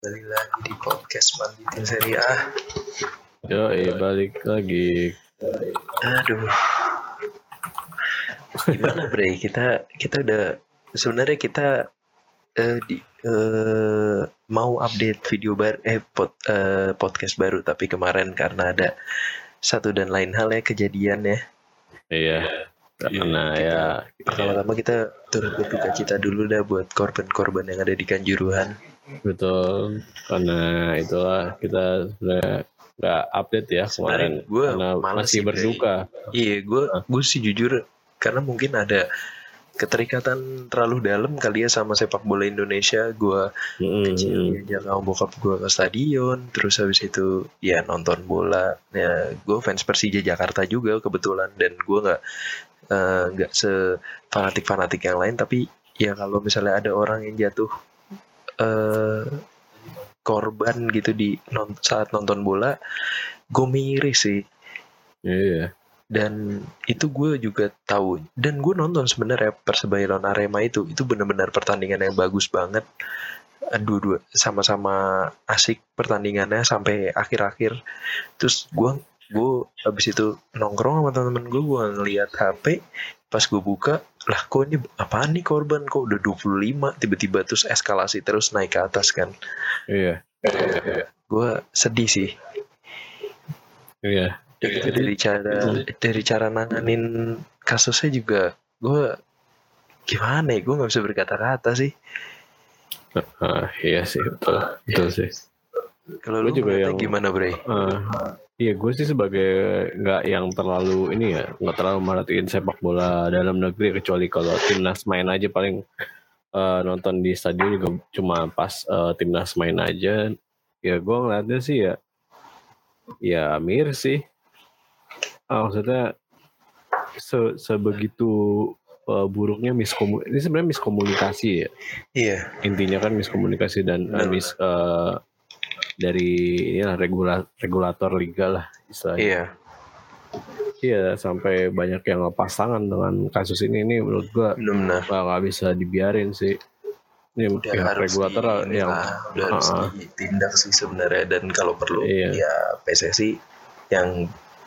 Balik lagi di podcast Manditin Serie A. Balik lagi. Aduh. Gimana Bre? Kita udah sebenarnya kita mau update video baru podcast baru, tapi kemarin karena ada satu dan lain hal ya kejadian ya. Iya. Karena ya pertama-tama kita turut berduka cita dulu dah buat korban-korban yang ada di Kanjuruhan. Betul, karena itulah kita sebenarnya nggak update ya kemarin karena masih berduka. Iya, gue sih jujur karena mungkin ada keterikatan terlalu dalam kali ya sama sepak bola Indonesia. Gue kecil diajak sama bokap gue ke stadion, terus habis itu ya nonton bola. Ya, gue fans Persija Jakarta juga kebetulan, dan gue nggak sefanatik yang lain, tapi ya kalau misalnya ada orang yang jatuh korban gitu saat nonton bola, gue miris sih. Iya. Dan itu gue juga tahu, dan gue nonton sebenarnya Persebaya lawan Arema itu benar-benar pertandingan yang bagus banget. Dua sama-sama asik pertandingannya sampai akhir-akhir. Terus gue habis itu nongkrong sama teman-teman gue ngeliat HP, pas gue buka, lah kok ini apaan nih korban, kok udah 25 tiba-tiba, terus eskalasi terus naik ke atas kan. Iya. Gue sedih sih. Iya. Dari cara nanganin kasusnya juga gue gimana ya, gue nggak bisa berkata-kata sih. Iya sih, betul sih. Kalau lu juga yang gimana Bre? Iya, gue sih sebagai nggak yang terlalu nggak terlalu merhatiin sepak bola dalam negeri, kecuali kalau timnas main aja paling nonton di stadion juga cuma pas timnas main aja. Ya gue ngeliatnya sih ya miris sih. Maksudnya sebegitu buruknya ini sebenarnya miskomunikasi ya. Iya. Intinya kan miskomunikasi dan dari regulator liga lah istilahnya. Iya. Iya, sampai banyak yang lepas tangan dengan kasus ini menurut gua nggak bisa dibiarin sih. Ini pihak regulator yang harus ditindak sih sebenarnya, dan kalau perlu ya PSSI yang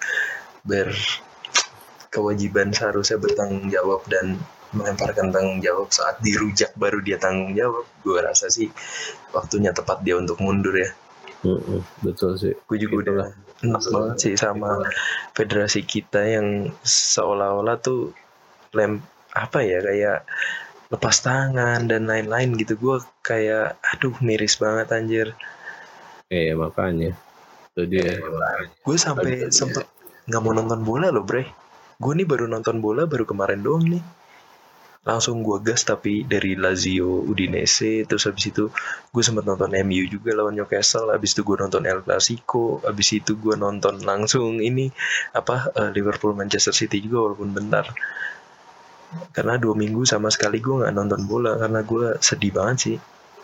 berkewajiban seharusnya bertanggung jawab dan melemparkan tanggung jawab saat dirujak baru dia tanggung jawab. Gue rasa sih waktunya tepat dia untuk mundur ya. Betul sih. Gue juga udah enak banget sih sama federasi kita yang seolah-olah tuh kayak lepas tangan dan lain-lain gitu. Gue kayak miris banget anjir. Iya makanya itu dia. Gue sampai sempet nggak mau nonton bola loh Bre. Gue nih baru nonton bola baru kemarin doang nih. Langsung gue gas tapi dari Lazio Udinese, terus habis itu gue sempat nonton MU juga lawan Newcastle, habis itu gue nonton El Clasico, habis itu gue nonton langsung Liverpool Manchester City juga walaupun bentar. Karena 2 minggu sama sekali gue nggak nonton bola karena gue sedih banget sih.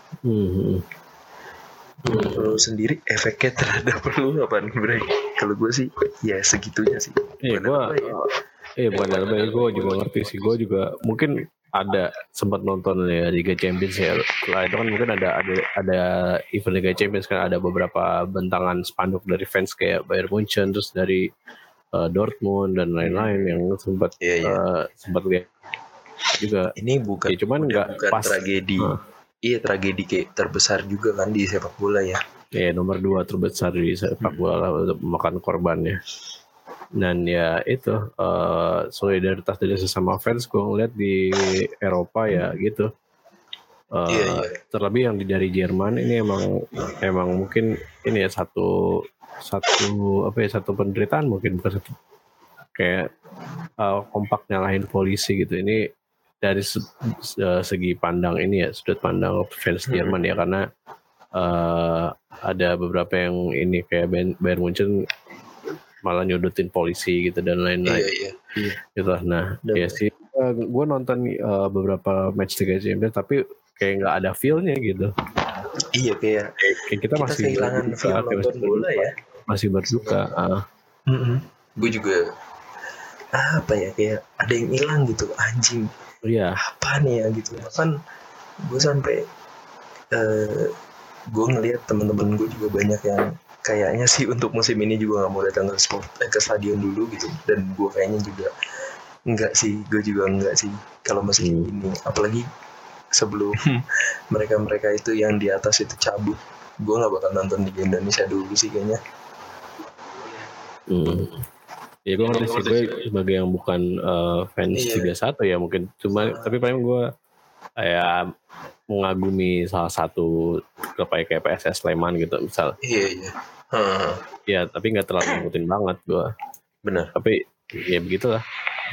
Kalau sendiri efeknya terhadap lu apa nih Bre? Kalau gue sih ya segitunya sih. Bukan gue juga ngerti sih. Gue juga mungkin ada sempat nonton ya Liga Champions ya. Setelah itu kan mungkin ada event Liga Champions kan, ada beberapa bentangan spanduk dari fans kayak Bayern Munchen, terus dari Dortmund dan lain-lain yang sempat lihat juga. Ini bukan cuman nggak pas tragedi. Iya, tragedi kayak terbesar juga kan di sepak bola ya. Iya, nomor 2 terbesar di sepak bola lah untuk memakan korbannya. Dan ya itu solidaritas dari sesama fans gue ngeliat di Eropa ya gitu. Terlebih yang dari Jerman ini emang mungkin ini ya satu penderitaan, mungkin bukan satu kayak kompak nyalahin polisi gitu. Ini dari segi pandang ini ya, sudut pandang fans Jerman ya, karena ada beberapa yang ini kayak Bayern Munchen malah nyudutin polisi gitu dan lain-lain. Iya. Gitu. Nah, ya sih gue nonton beberapa match Liga Champions tapi kayak nggak ada feel-nya gitu. Iya, kayak kita masih kehilangan feel nonton bola ya. Masih berduka. Gue juga kayak ada yang hilang gitu, anjing. Iya. Apa nih ya gitu. Kan gue sampai gue ngelihat teman-teman gue juga banyak yang kayaknya sih untuk musim ini juga nggak mau datang ke stadion dulu gitu, dan gue kayaknya juga enggak sih, gue juga enggak sih kalau masih ini, apalagi sebelum mereka itu yang di atas itu cabut, gue nggak bakal nonton di Indonesia dulu sih kayaknya. Ya gue ngerti sih, gue sebagai yang bukan fans Liga 1 ya mungkin, cuma tapi paling gue kayak mengagumi salah satu klub kayak PSS Sleman gitu misal. Iya. Ya tapi nggak terlalu ngikutin banget gue. Benar. Tapi ya begitulah.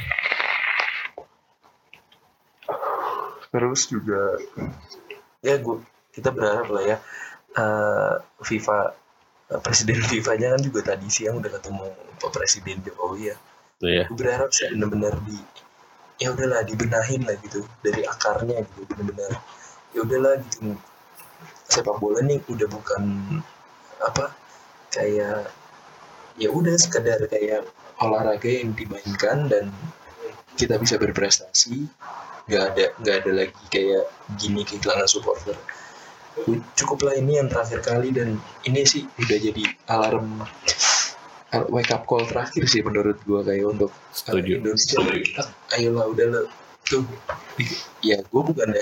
Terus juga ya kita berharap lah ya, FIFA, presiden FIFA-nya kan juga tadi siang udah ketemu Pak Presiden Jokowi ya. Iya. Gue berharap sih benar-benar ya udahlah dibenahin lah gitu dari akarnya gitu, benar-benar ya udahlah gitu, sepak bola nih udah bukan apa kayak ya udah sekedar kayak olahraga yang dimainkan dan kita bisa berprestasi, nggak ada lagi kayak gini kehilangan supporter. Cukuplah ini yang terakhir kali, dan ini sih udah jadi alarm wake up call terakhir sih menurut gue kayak untuk Indonesia. Ayolah udahlah tuh ya, gue bukannya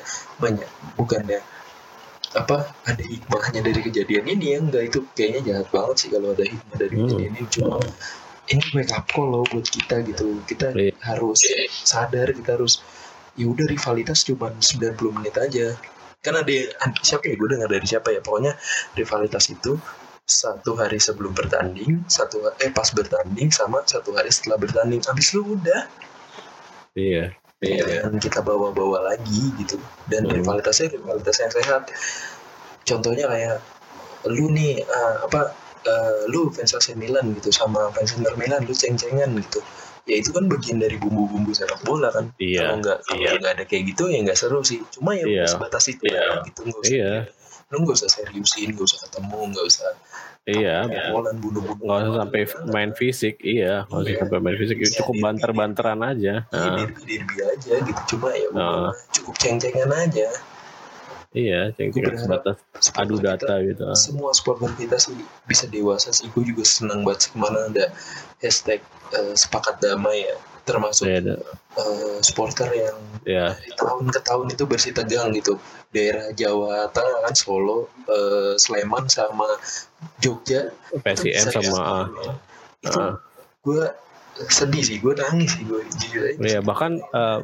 apa ada hikmahnya dari kejadian ini ya, enggak, itu kayaknya jahat banget sih kalau ada hikmah dari kejadian ini. Cuma ini wake up call loh buat kita gitu, kita harus sadar, kita harus ya udah rivalitas cuma 90 menit aja. Kan ada siapa ya, gue dengar dari siapa ya, pokoknya rivalitas itu 1 hari sebelum bertanding, pas bertanding sama 1 hari setelah bertanding, habis lu udah. Iya. Dan kita bawa lagi gitu, dan rivalitasnya rivalitas yang sehat. Contohnya kayak lu nih lu fans AC Milan gitu sama fans Inter Milan, lu ceng-cengan gitu. Ya itu kan bagian dari bumbu-bumbu sepak bola kan. Iya. Kalau nggak ada kayak gitu ya nggak seru sih. Cuma ya sebatas itu gitu, nggak usah. Lu nggak usah seriusin, nggak usah ketemu, nggak usah. Iya, nggak usah sampai main fisik, nggak usah sampai main fisik, cukup banter-banteran aja. Derby aja gitu, cuma ya cukup ceng-cengan aja. Iya, ceng-cengan sebatas adu data gitu. Semua supporter kita sih bisa dewasa sih, gue juga senang banget sih kemana ada hashtag sepakat damai ya, termasuk supporter yang tahun ke tahun itu bersih tegang gitu, daerah Jawa Tengah kan, Solo, Sleman sama Jogja, PSIM sama itu gue sedih sih, gue nangis sih, gue jujur aja. Iya, bahkan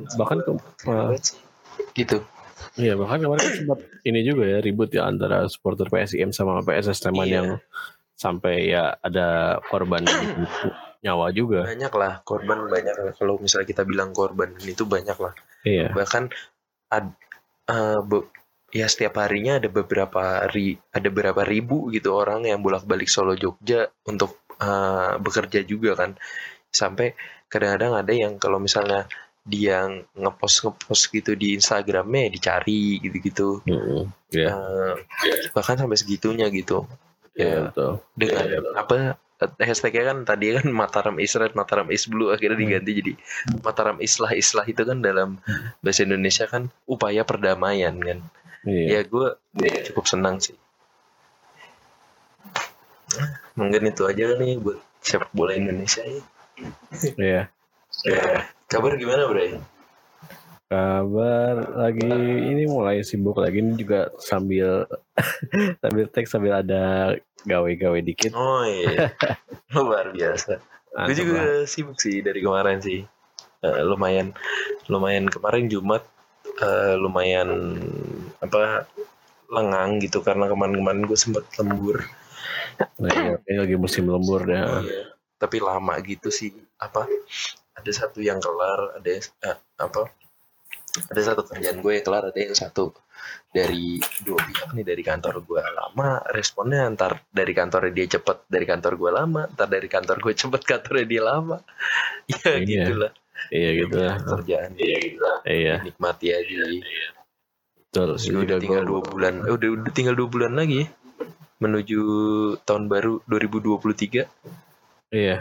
gitu. Iya, bahkan kemarin sempat ini juga ya, ribut ya antara supporter PSIM sama PSS Sleman yang sampai ya ada korban nyawa juga. Banyak lah korban, banyak lah. Kalau misalnya kita bilang korban itu banyak lah. Iya. Bahkan ya setiap harinya ada berapa ribu gitu orang yang bolak-balik Solo Jogja untuk bekerja juga kan. Sampai kadang-kadang ada yang kalau misalnya dia ngepost gitu di Instagramnya dicari gitu-gitu. Bahkan sampai segitunya gitu. Ya, betul. Dengan hashtagnya kan tadi kan Mataram is Red, Mataram is Blue, akhirnya diganti jadi Mataram Islah itu kan dalam bahasa Indonesia kan upaya perdamaian kan. Ya gue cukup senang sih. Mungkin itu aja nih buat sepak bola Indonesia ya. Iya. Kabar gimana, Bray? Kabar lagi ini mulai sibuk lagi, ini juga sambil ada gawe-gawe dikit. Oh iya. Luar biasa. Gue juga sibuk sih dari kemarin sih. Lumayan kemarin Jumat lumayan lengang gitu karena kemarin gue sempat lembur. Nah, ini lagi musim lembur ya. Iya. Tapi lama gitu sih. Ada satu yang kelar, ada satu kerjaan gue yang kelar, ada yang satu dari dua pihak nih, dari kantor gue lama responnya, ntar dari kantornya dia cepet, dari kantor gue lama, ntar dari kantor gue cepet, kantornya dia lama. Ya gitulah. Iya gitulah kerjaan. Iya. Nikmati aja. Betul. Udah tinggal 2 bulan. Udah tinggal 2 bulan lagi menuju tahun baru 2023. Iya.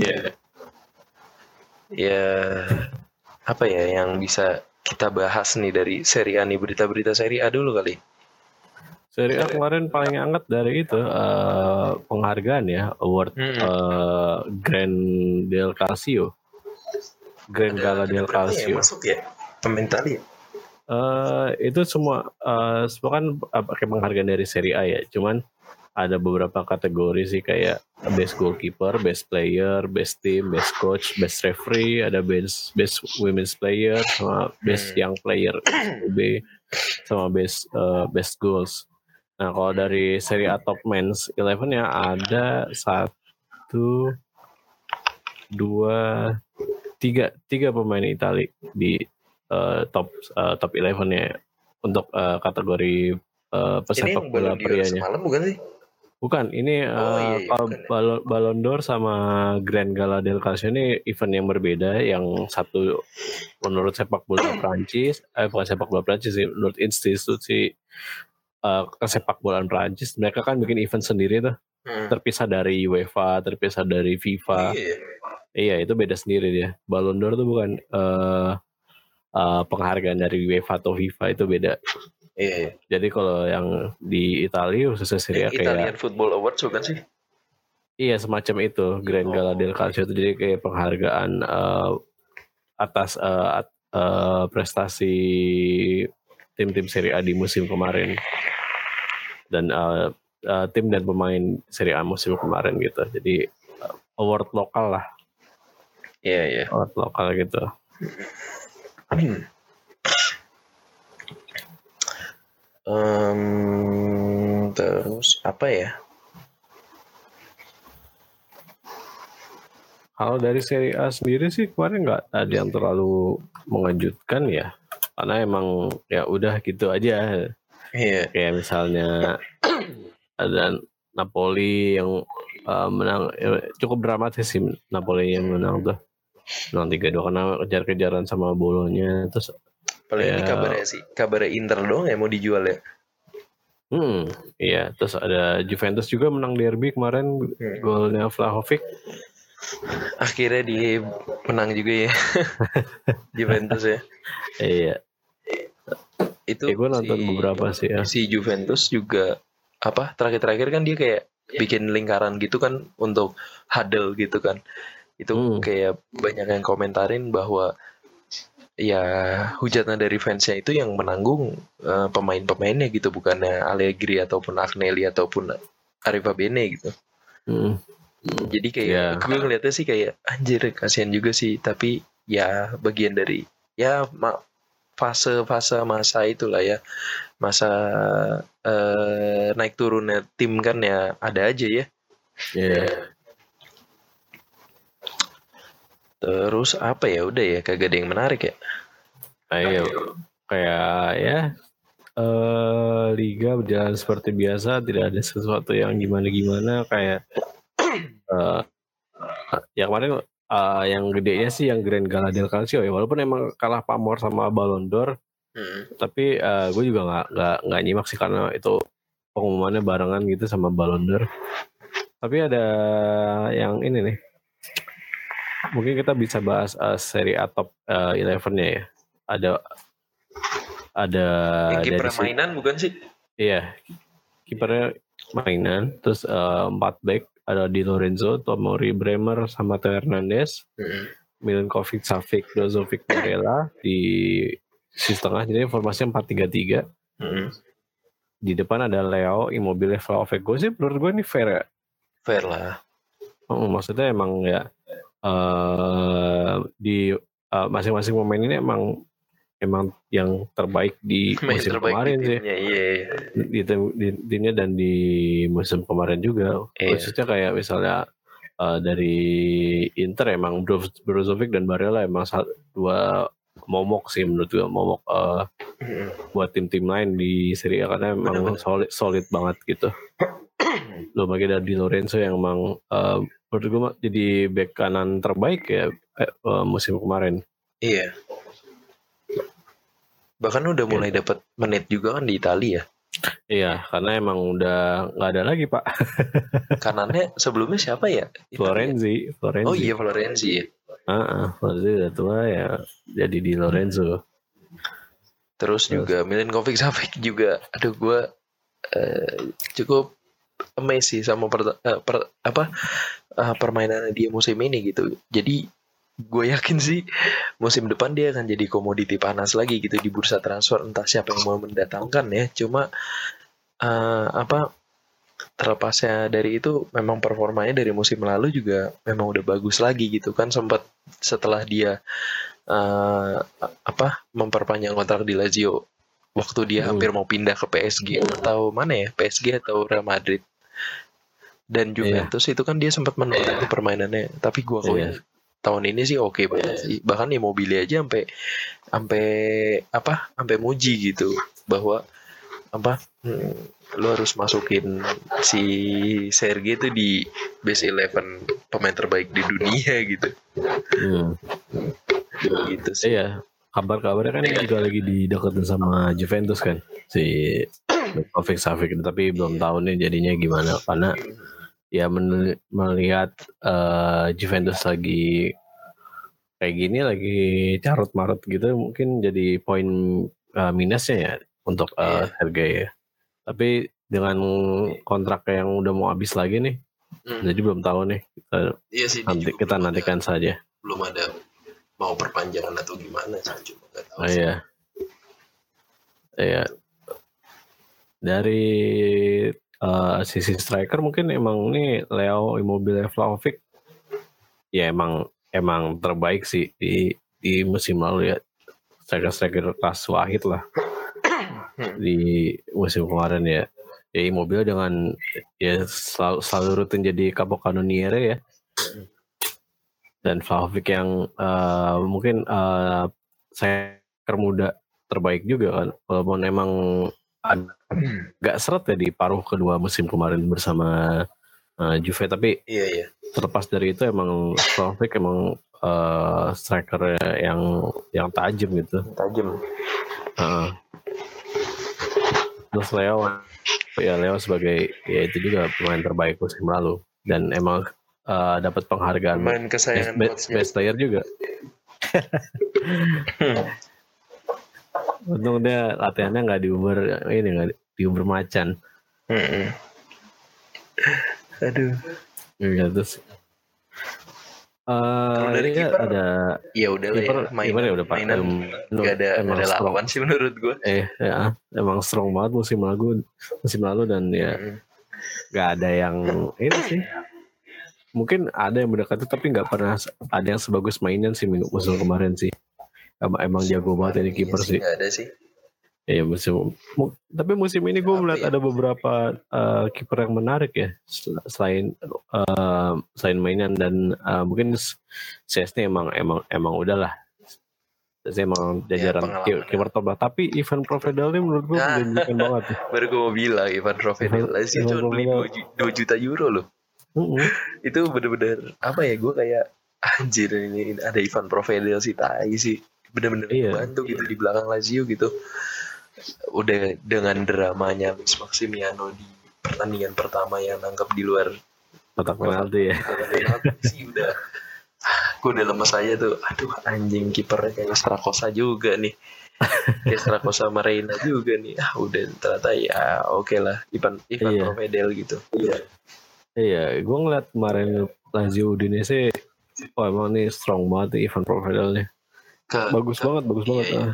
Ya apa ya yang bisa kita bahas nih dari Serie A nih, berita-berita Serie A dulu kali. Serie A kemarin paling hangat dari itu penghargaan ya, award Grand del Calcio. Grand Gala del Calcio. Masuk ya pemain Italia. Itu semua kan pakai penghargaan dari Serie A ya. Cuman ada beberapa kategori sih kayak best goalkeeper, best player, best team, best coach, best referee, ada best women's player, sama best young player, B, sama best goals. Nah kalau dari Serie A Top Men's 11 ya ada 1, 2, 3 pemain Italia di top 11 ya untuk kategori pesepak bola prianya. Semalam bukan sih? Bukan, ini Ballon d'Or sama Grand Gala del Calcio ini event yang berbeda. Yang satu menurut sepak bola Prancis, bukan sepak bola Prancis sih, menurut institusi sepak bola Prancis, mereka kan bikin event sendiri tuh, terpisah dari UEFA, terpisah dari FIFA. Iya, itu beda sendiri dia. Ballon d'Or tuh bukan penghargaan dari UEFA atau FIFA, itu beda. Iya. Jadi kalau yang di Italia khususnya Serie A kayak Italian Football Awards bukan sih? Iya, semacam itu, Grand Gala del Calcio itu jadi kayak penghargaan atas prestasi tim-tim Serie A di musim kemarin. Dan tim dan pemain Serie A musim kemarin gitu. Jadi award lokal lah. Iya. Award lokal gitu. Terus apa ya? Kalau dari Serie A sendiri sih kemarin nggak ada yang terlalu mengejutkan ya, karena emang ya udah gitu aja. Iya. Kayak misalnya ada Napoli yang menang, cukup dramatis sih Napoli yang menang tuh, menang 3-2 karena kejar-kejaran sama Bolonya. Terus paling ini kabarnya Inter doang ya mau dijual ya. Iya, terus ada Juventus juga menang derby kemarin, golnya Vlahovic. Akhirnya dia menang juga ya. Juventus ya. Iya. Itu gue nonton beberapa sih ya. Si Juventus juga terakhir-terakhir kan dia kayak bikin lingkaran gitu kan untuk huddle gitu kan. Itu kayak banyak yang komentarin bahwa ya hujatan dari fansnya itu yang menanggung pemain-pemainnya gitu, bukannya Allegri ataupun Agnelli ataupun Arriva Bene gitu. Jadi kayak gue ngeliatnya sih kayak anjir kasihan juga sih, tapi ya bagian dari ya fase-fase masa itulah ya, masa naik turunnya tim kan ya ada aja ya. Terus apa ya, udah ya kagak ada yang menarik ya. Ayo kayak ya liga berjalan seperti biasa, tidak ada sesuatu yang gimana-gimana kayak ya kemarin yang gedenya sih yang Grand Gala del Calcio ya, walaupun emang kalah pamor sama Ballon d'Or, tapi gue juga nggak nyimak sih karena itu pengumumannya barengan gitu sama Ballon d'Or. Tapi ada yang ini nih, mungkin kita bisa bahas Serie A Top 11-nya ya. Ada kiper mainan bukan sih? Iya, kipernya mainan. Terus 4 back ada Di Lorenzo, Tomori Bremer sama Theo Hernandez, Milinkovic Savic, Brozovic, Barella di sisi tengah, jadi formasinya 4-3-3. Di depan ada Leo, Immobile, Vlahovic. Gue sih menurut gue ini fair ya. Fair lah. Maksudnya emang ya di masing-masing pemain ini emang yang terbaik di musim kemarin sih. Di timnya dan di musim kemarin juga. Maksudnya kayak misalnya dari Inter emang Brozovic dan Barella emang 2 momok sih menurut gue, momok buat tim-tim lain di Serie A karena emang solid banget gitu. Belum lagi ada Di Lorenzo yang emang menurut gue jadi bek kanan terbaik ya musim kemarin. Iya. Bahkan udah mulai dapat menit juga kan di Italia. Iya, karena emang udah nggak ada lagi Pak. Kanannya sebelumnya siapa ya? Florenzi. Oh iya Florenzi ya. Florenzi udah tua ya, jadi Di Lorenzo. Terus juga Milinkovic Savic juga, aduh gue cukup amazed sih sama permainan dia musim ini gitu. Jadi gue yakin sih musim depan dia akan jadi komoditi panas lagi gitu di bursa transfer, entah siapa yang mau mendatangkan ya. Cuma terlepasnya dari itu, memang performanya dari musim lalu juga memang udah bagus lagi gitu kan. Sempat setelah dia memperpanjang kontrak di Lazio, waktu dia hampir mau pindah ke PSG atau mana ya, PSG atau Real Madrid dan Juventus, itu kan dia sempat menurun permainannya. Tapi gue akuin tahun ini sih oke banget sih. Bahkan Immobile aja sampai muji gitu bahwa lu harus masukin si Sergei itu di best 11 pemain terbaik di dunia gitu. Gitu sih. Iya, kabar-kabarnya kan juga lagi dideketin sama Juventus kan, si Savic, tapi belum tahu nih jadinya gimana, karena ya melihat Juventus lagi kayak gini, lagi carut-marut gitu, mungkin jadi poin minusnya ya untuk Sergei ya. Tapi dengan kontrak yang udah mau habis lagi nih, jadi belum tahu nih. Kita nantikan saja. Belum ada mau perpanjangan atau gimana sih, cuma nggak tahu. Iya. Dari sisi striker mungkin emang nih Leo Immobile Vlahovic ya emang terbaik sih di musim lalu ya. Striker kelas wahid lah di musim kemarin ya. Ya Immobile dengan ya selalu rutin jadi capocannoniere ya. Dan Vlahovic yang mungkin striker muda terbaik juga kan, walaupun emang agak seret ya di paruh kedua musim kemarin bersama Juve, tapi terlepas dari itu emang Vlahovic emang striker yang tajam gitu. Terus Leo sebagai ya itu juga pemain terbaik musim lalu dan emang dapat penghargaan best player juga. Untung dia latihannya nggak di Uber Macan. Aduh. Ya, terus dari kiper ada ya udah lah ya, mainan nggak ada lawan sih menurut gue. Ya, emang strong banget musim lalu dan ya nggak ada yang ini sih. Mungkin ada yang mendekati tapi nggak pernah ada yang sebagus mainan sih musim kemarin sih. Emang jago banget ini kiper sih. Nggak ada sih. Ya tapi musim ini gue melihat ada beberapa kiper yang menarik ya, selain mainan dan mungkin CS-nya emang udahlah. Saya emang jajaran kiper top lah. Tapi Ivan Provedel ini menurut gue menjanjikan banget. Baru gue mau bilang Ivan Provedel sih cuma beli 2 juta euro loh. Itu bener-bener gue kayak anjir, ini ada Ivan Provedel sih, tai sih, bener-bener bantu gitu di belakang Lazio gitu. Udah dengan dramanya Luis Maximiano di pertandingan pertama yang nangkep di luar kotak penalti ya. Sih udah gue udah lemes aja tuh. Aduh anjing, kipernya kayak Strakosa juga nih. Kayak Strakosa sama Reina juga nih. Udah ternyata ya oke lah Ivan Provedel gitu. Iya, gue ngeliat kemarin Lazio Udinese, emang nih strong banget nih Ivan Provedel nih. Bagus banget. Iya.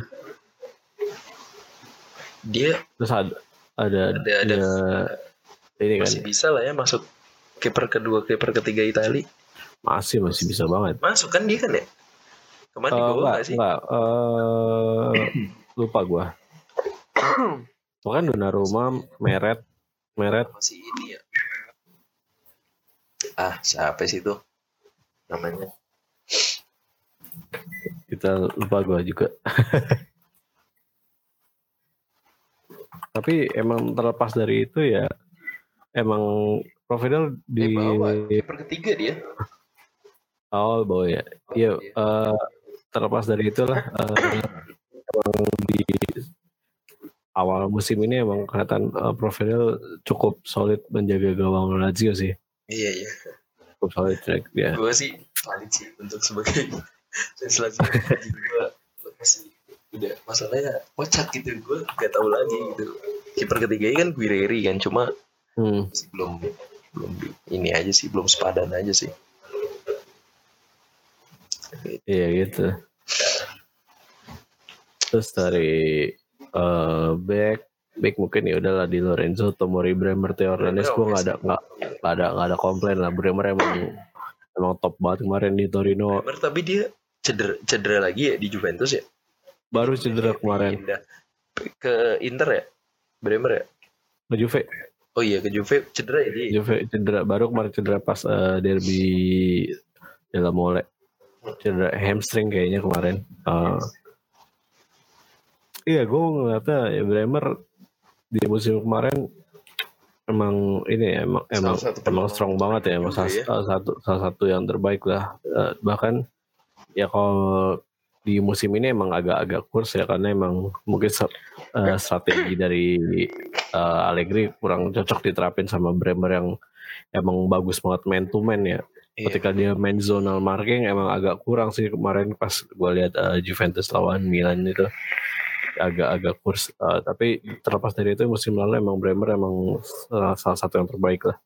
Dia terus ada ini masih kan bisa lah ya masuk kiper kedua, kiper ketiga Italia. Masih bisa banget. Masuk kan dia kan ya? Kemarin di bawah nggak sih? Enggak. Lupa gue. Bukan Donnarumma, Meret. Masih ini ya. Siapa sih itu namanya? Kita lupa gue juga. Tapi emang terlepas dari itu ya, emang Provedel di kiper ketiga dia. Bawah ya. Iya. Terlepas dari itulah, emang di awal musim ini emang kelihatan Provedel cukup solid menjaga gawang Lazio sih. Iya. Cukup solid ya. Gue sih valid sih untuk sebagai Lazio. Gue masih udah masalahnya kocak gitu, gue gak tahu lagi gitu Kiper ketiganya kan Guerreri kan, cuma masih belum ini aja sih, belum sepadan aja sih. Iya gitu. Terus dari back mungkin ya udahlah Di Lorenzo, Tomori, Bremer, Theo Hernandez gue nggak ada komplain lah. Bremer emang top banget kemarin di Torino. Bremer tapi dia cedera lagi ya di Juventus ya? Baru cedera kemarin. Ke Inter ya? Bremer ya? Ke Juve. Oh iya, ke Juve cedera ya dia? Juve cedera, baru kemarin cedera pas derby Della Mole. Cedera hamstring kayaknya kemarin. Iya, gue ngeliatnya ya Bremer di musim kemarin emang ini ya, emang strong banget ya, emang salah satu yang terbaik lah. Bahkan ya kalau di musim ini emang agak kurs ya, karena emang mungkin strategi dari Allegri kurang cocok diterapin sama Bremer yang emang bagus banget man to man ya. Ketika dia main zonal marking emang agak kurang sih kemarin pas gue lihat Juventus lawan Milan itu agak kurs. Tapi terlepas dari itu musim lalu emang Bremer emang salah satu yang terbaik lah.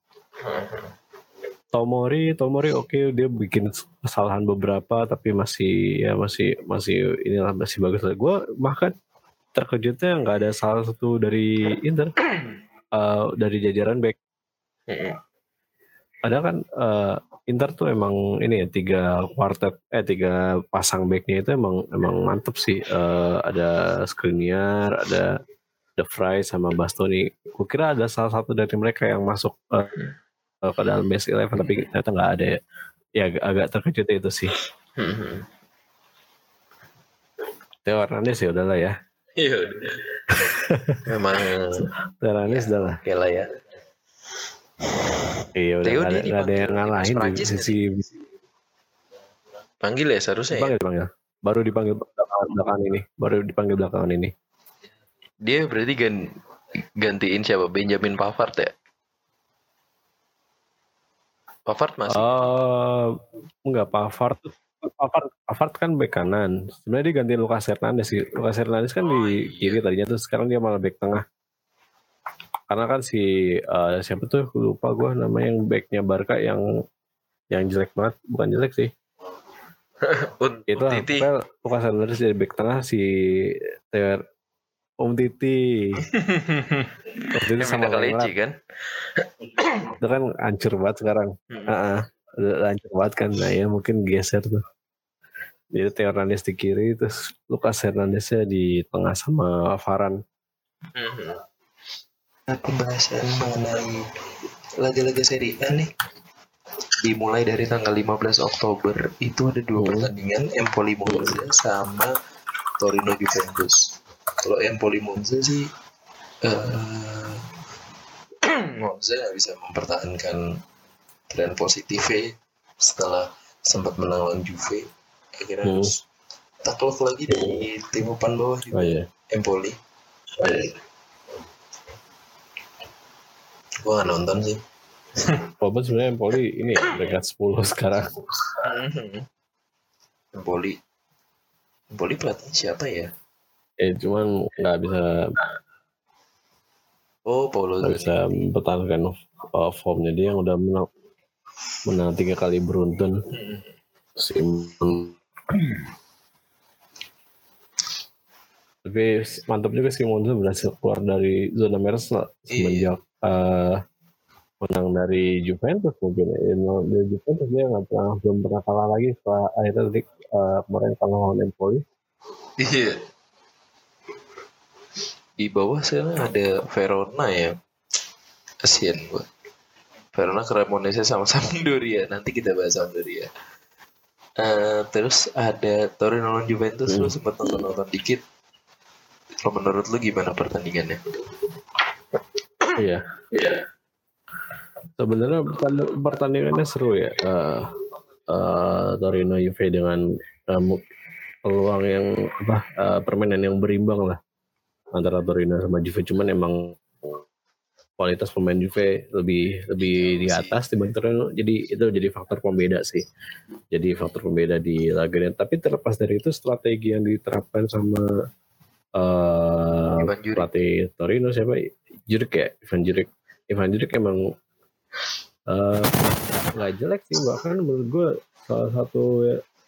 Tomori oke, dia bikin kesalahan beberapa tapi masih inilah masih bagus lah. Gue bahkan terkejutnya nggak ada salah satu dari Inter dari jajaran back. Ada kan Inter tuh emang ini ya 3 pasang backnya itu emang mantep sih. Ada Skriniar, ada De Vrij sama Bastoni. Gue kira ada salah satu dari mereka yang masuk ke dalam base 11 tapi ternyata nggak ada ya. Ya agak terkejut itu sih. Theo Hernandez ya udahlah ya. Iya. Memang Theo Hernandez udahlah. Oke lah ya. Iya udah nggak ada yang ngalahin di sisi. Panggil ya seharusnya. Dipanggil. Baru dipanggil belakangan ini. Dia berarti gantiin siapa? Benjamin Pavard ya? Pavard masih? Enggak, Pavard kan bek kanan. Sebenarnya dia gantiin Lucas Hernandez sih. Lucas Hernandez kan di kiri tadinya, tuh sekarang dia malah bek tengah. Karena kan siapa tuh lupa gue namanya yang backnya Barca yang jelek banget, bukan jelek sih. Itu Lucas Hernandez jadi bek tengah, si Titi. Titi sama Kaleci kan? Itu kan hancur banget sekarang. Udah hancur banget kan. Nah ya mungkin geser tuh. Jadi Theo Hernandez di kiri, terus Lucas Hernandeznya di tengah sama Varane. Pembahasan mengenai laga-laga Serie A nih dimulai dari tanggal 15 Oktober. Itu ada 2 pertandingan, Empoli Monza sama Torino Juventus. Kalau Empoli Monza sih Monza nggak bisa mempertahankan tren positifnya setelah sempat menang lawan Juve, akhirnya harus takluk lagi dari tim papan bawah juga. Empoli. Gue gak nonton sih. Walaupun sebenarnya Empoli ini peringkat 10 sekarang. Empoli pelatih siapa ya? Cuman nggak bisa. Paulo nggak bisa mempertahankan formnya. Dia yang udah menang 3 kali beruntun. Tapi mantap juga sih Monza berhasil keluar dari zona merah semenjak menang dari Juventus mungkin. Dari Juventus dia belum pernah kalah lagi setelah akhirnya kemarin kalah lawan Empoli. Iya. Di bawah sana ada Verona ya. Kasian gue. Verona Cremonese sama Sampdoria. Nanti kita bahas Sampdoria. Terus ada Torino lawan Juventus. Lu sempat nonton dikit. Kalau menurut lu gimana pertandingannya? Iya. Sebenarnya pertandingannya seru ya. Torino Juve dengan peluang yang permainan yang berimbang lah antara Torino sama Juve. Cuman emang kualitas pemain Juve lebih di atas dibanding Torino. Jadi itu jadi faktor pembeda sih. Jadi faktor pembeda di laganya. Tapi terlepas dari itu strategi yang diterapkan sama pelatih Torino siapa? Juric ya, Ivan Juric emang nggak jelek sih, bahkan menurut gue salah satu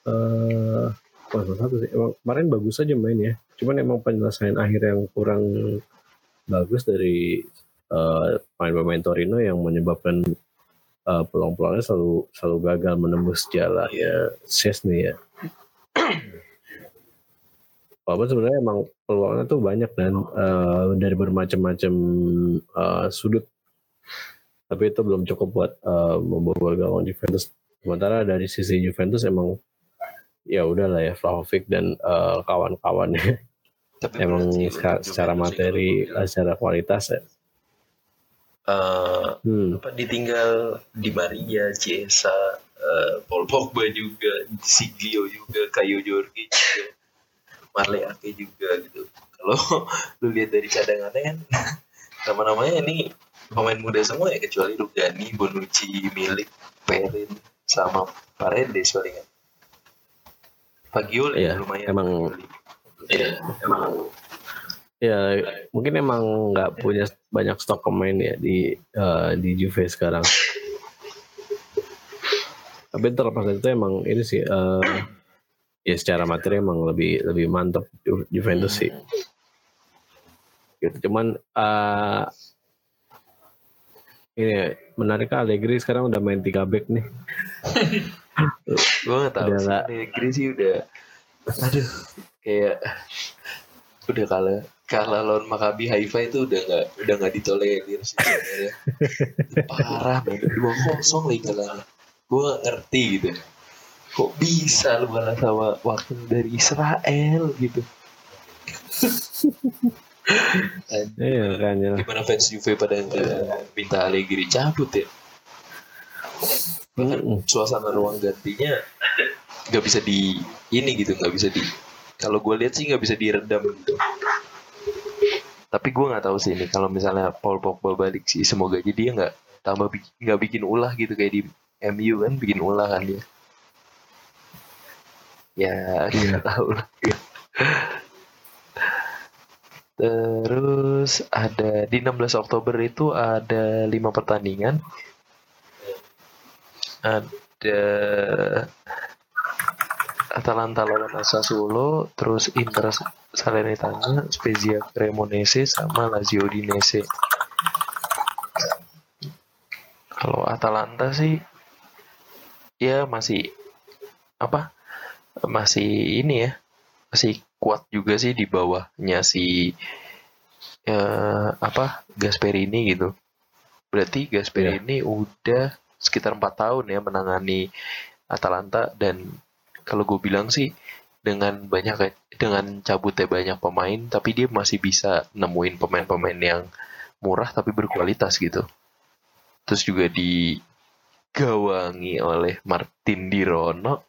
sih emang kemarin bagus aja main ya, cuman emang penyelesaian akhir yang kurang bagus dari pemain-pemain Torino yang menyebabkan peluang-peluangnya selalu gagal menembus jala ya Szczesny ya. Walaupun sebenarnya emang peluangnya tuh banyak dan dari bermacam-macam sudut, tapi itu belum cukup buat membobol gawang Juventus. Sementara dari sisi Juventus emang ya udahlah ya, Vlahovic dan kawan-kawannya emang secara materi, secara kualitas ya. Ditinggal Di Maria, Chiesa, Paul Pogba juga, Siglio juga, Caio Jorge juga, Marley Ake juga gitu. Kalau lu lihat dari cadangannya kan nama-namanya ini pemain muda semua ya, kecuali Rugani, Bonucci, Milik, Perin, sama Paredes palingan. Fagioli ya, lumayan. Emang ya mungkin emang nggak punya banyak stok pemain ya di Juve sekarang. Tapi terlepas itu emang ini sih ya secara materi emang lebih mantap Juventus sih. Gitu. Cuman ini menarik, Allegri sekarang udah main 3 back nih. Gue nggak tahu sih, Allegri sih udah, aduh, kayak udah kalah lawan Maccabi Haifa itu udah nggak ditolerir sih sebenarnya. Parah banget, 2-0 lagi kalahnya. Gue nggak ngerti gitu, kok bisa lu kalah sama wakil dari Israel gitu. Iya kan ya. Gimana fans Juve pada minta Allegri cabut ya? Bahkan suasana ruang gantinya nggak bisa nggak bisa kalau gue lihat sih nggak bisa diredam gitu. Tapi gue nggak tahu sih ini kalau misalnya Paul Pogba balik sih, semoga aja dia nggak bikin ulah gitu kayak di MU kan, bikin ulah kan dia. Ya nggak tahu lah. Terus ada di 16 Oktober itu ada 5 pertandingan. Ada Atalanta lawan Sassuolo, terus Inter Salernitana, Spezia Cremonese, sama Lazio Udinese. Kalau Atalanta sih ya masih ini ya, masih kuat juga sih di bawahnya si Gasperini gitu. Berarti Gasperini udah sekitar 4 tahun ya menangani Atalanta, dan kalau gue bilang sih dengan cabutnya banyak pemain, tapi dia masih bisa nemuin pemain-pemain yang murah tapi berkualitas gitu. Terus juga digawangi oleh Martin Di Rono.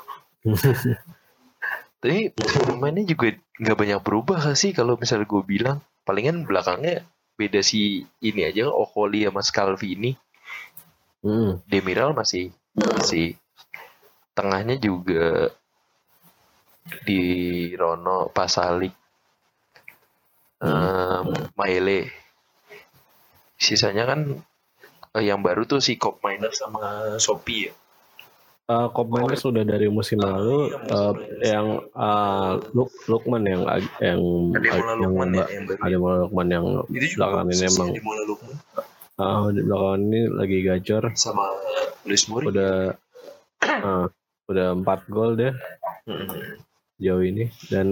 Tapi pemainnya juga nggak banyak berubah sih kalau misalnya gue bilang. Palingan belakangnya beda si ini aja, Okoli sama Scalvini. Demiral masih tengahnya juga Di Rono, Pasalic, Maele. Sisanya kan yang baru tuh si Cop Miner sama Sopi ya. Cop Miner sudah dari musim lalu, yang Lukman yang Lukman yang belakangan ini emang di belakangan ini lagi gacor sama Luis Muriel. Udah 4 gol deh jauh ini, dan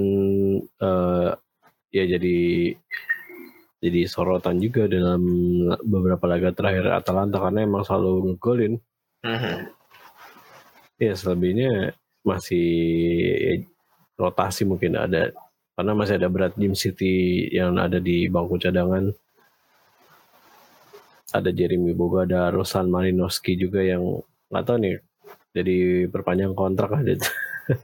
ya jadi sorotan juga dalam beberapa laga terakhir Atalanta karena emang selalu ngegolin. Ya selebihnya masih rotasi mungkin ada, karena masih ada Brad Jim City yang ada di bangku cadangan. Ada Jeremy Boga, ada Rosan Malinowski juga yang nggak tahu nih jadi perpanjang kontrak lah gitu.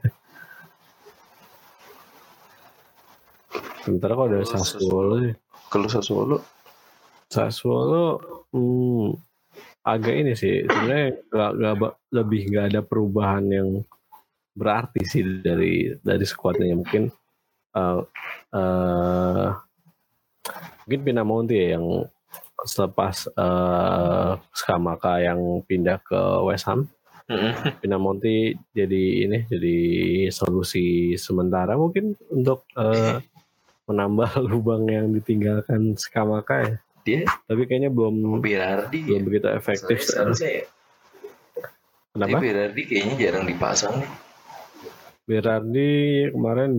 Sementara kalau ada Sassuolo sih. Kalau Sassuolo agak ini sih sebenarnya nggak ada perubahan yang berarti sih dari skuadnya. Mungkin Mungkin Pinamonti ya yang selepas Scamacca yang pindah ke West Ham, Pinamonti jadi solusi sementara mungkin untuk menambah lubang yang ditinggalkan Scamacca ya. Dia Tapi kayaknya belum begitu efektif. Seharusnya ya. Kenapa? Berardi kayaknya jarang dipasang nih. Berardi kemarin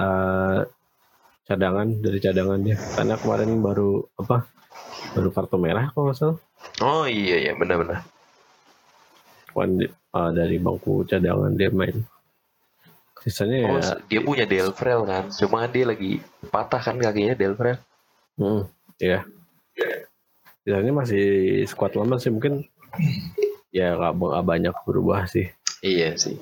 dari cadangan dia, karena kemarin baru kartu merah kalau nggak salah. Oh iya benar-benar. Dari bangku cadangan dia main. Sisanya ya dia punya Delvrel kan, cuma dia lagi patah kan kakinya Delvrel. Iya. Sisanya masih squad lama sih, mungkin ya nggak banyak berubah sih. Iya sih.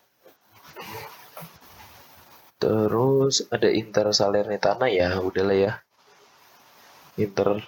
Terus ada Inter Salernitana ya, udahlah ya. Inter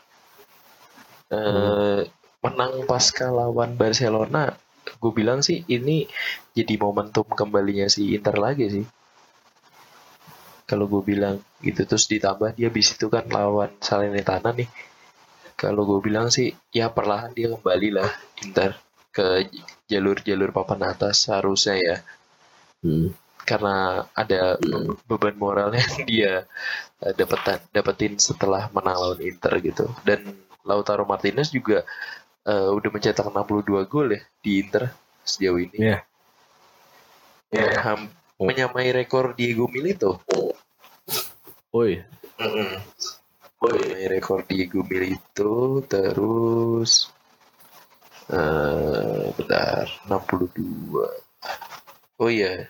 menang pasca lawan Barcelona. Gue bilang sih ini jadi momentum kembalinya si Inter lagi sih. Kalau gue bilang gitu, terus ditambah dia habis itu kan lawan Salernitana nih. Kalau gue bilang sih ya perlahan dia kembali lah Inter ke jalur papan atas harusnya ya. Karena ada beban moral yang dia dapetin setelah menang lawan Inter gitu. Dan Lautaro Martinez juga udah mencetak 62 gol ya di Inter sejauh ini. Iya. Menyamai rekor Diego Milito. Menyamai rekor Diego Milito. Terus bentar, 62. Oh iya.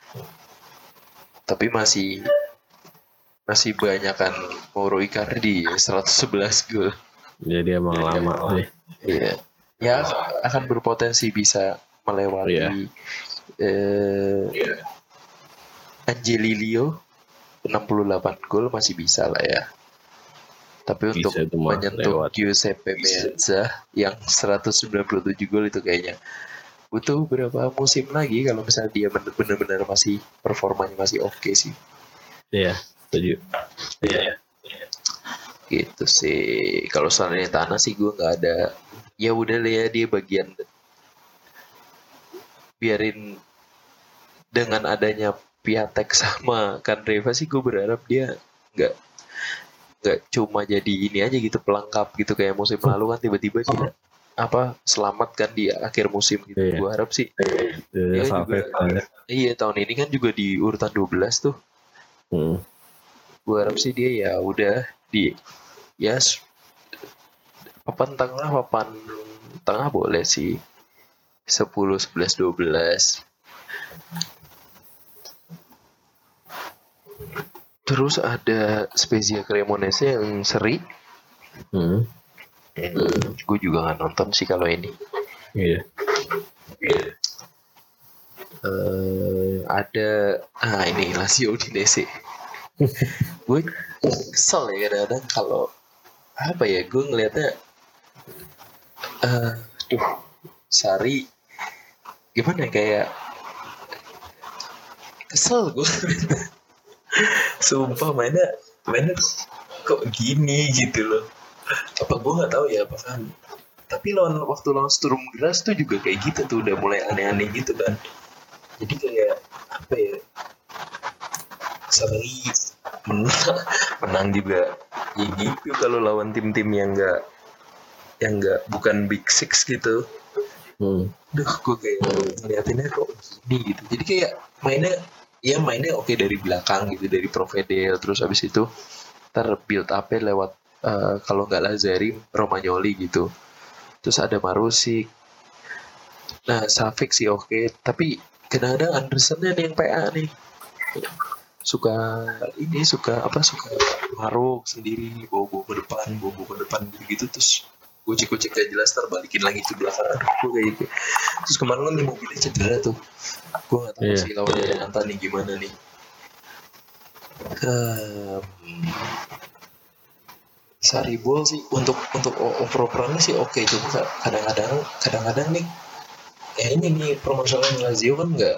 Tapi masih banyak kan Mauro Icardi 111 gol. Jadi emang lama sih. Iya. Ya akan berpotensi bisa melewati Angelilio 68 gol masih bisa lah ya. Tapi untuk menyentuh Giuseppe Meazza yang 197 gol itu kayaknya butuh berapa musim lagi kalau misalnya dia benar-benar masih performanya masih oke sih. Iya, setuju. Iya. Gitu sih. Kalau Salernitana sih gue nggak ada. Ya udah lah ya, dia bagian. Biarin dengan adanya Piatek sama Kandreva sih, gue berharap dia nggak cuma jadi ini aja gitu, pelengkap gitu kayak musim lalu kan tiba-tiba dia selamat kan di akhir musim gitu. Gue harap sih dia juga, tahun ini kan juga di urutan 12 tuh. Gue harap sih dia ya udah di papan tengah boleh sih 10, 11, 12. Terus ada Spezia Cremonese yang seri. Gue juga nggak nonton sih kalau ini. Iya. Ada ini Lazio Udinese. Gue kesel ya kadang-kadang kalau gue ngelihatnya Sari gimana kayak kesel gue. Sumpah mainnya kok gini gitu loh. Gue nggak tahu ya apakah. Tapi waktu lawan Sturm Graz tuh juga kayak gitu tuh, udah mulai aneh-aneh gitu kan. Jadi kayak seri menang juga ya gitu kalau lawan tim-tim yang bukan Big Six gitu. Gue kayak ngeliatinnya kok gini gitu. Jadi kayak mainnya oke dari belakang gitu, dari Provedel, terus habis itu build up-nya lewat kalau nggak Lazari, Romagnoli gitu. Terus ada Marusic. Nah, Savic sih oke, tapi kadang-kadang Andersen-nya nih yang PA nih. Suka maruk sendiri, bawa ke depan gitu, terus kucik kayak jelas terbalikin lagi ke belakang. Gue kayak gitu. Terus kemarin kan mobilnya cedera tuh. Gue nggak tahu sih lawan Atalanta nih gimana nih. Saribol sih untuk oper-operannya sih oke itu. Kadang-kadang nih kayaknya nih permasalahan Lazio kan nggak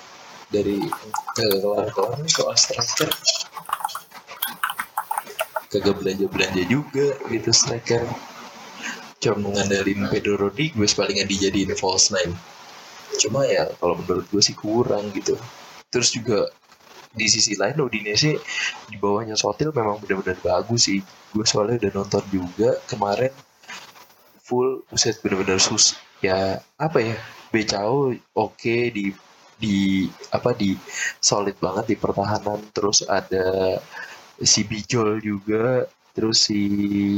dari kelar nih soal striker. kagak belanja juga gitu striker. Cuma mengandalin Pedro Rodriguez palingan dijadiin false nine. Cuma ya kalau menurut gue sih kurang gitu. Terus juga di sisi lain Udinese di bawahnya Sotil memang benar-benar bagus sih. Gue soalnya udah nonton juga kemarin full, buset benar-benar ya apa ya, Becao oke, di solid banget di pertahanan. Terus ada si Bijol juga, terus si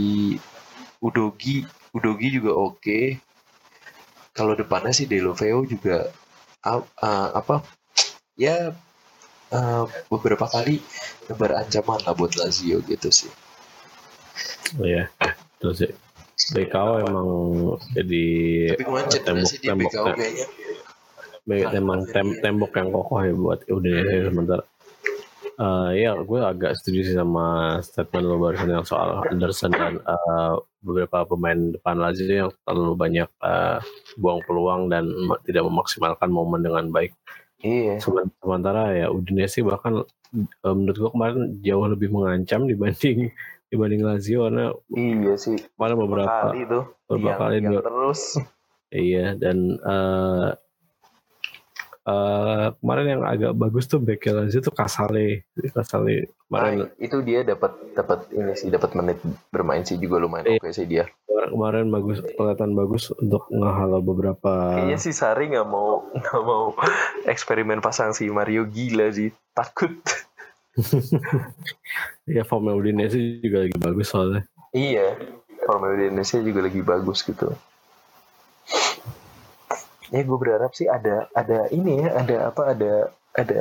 Udogi juga oke. Kalau depannya si Deulofeu juga ya beberapa kali nebar ancaman lah buat Lazio gitu sih. Oh ya, terus sih BKO emang jadi tembok yang kokoh ya buat Udinese sementara. Ya gue agak setuju sih sama statement lo barusan yang soal Anderson dan beberapa pemain depan Lazio yang terlalu banyak buang peluang dan tidak memaksimalkan momen dengan baik. Iya. Sementara ya Udinese bahkan menurut gue kemarin jauh lebih mengancam dibanding Lazio karena iya sih. Kemarin beberapa kali terus. Iya, dan kemarin yang agak bagus tuh bek Lazio tuh Casale kemarin. Itu dia dapat menit bermain sih juga lumayan oke sih dia. Kemarin bagus, kelihatan bagus untuk ngehalau beberapa. Kayaknya si Sari nggak mau eksperimen pasang si Mario gila sih, takut. Ya formnya Udinese juga lagi bagus soalnya. Iya, formnya Udinese juga lagi bagus gitu. Ya gue berharap sih ada ini ya, ada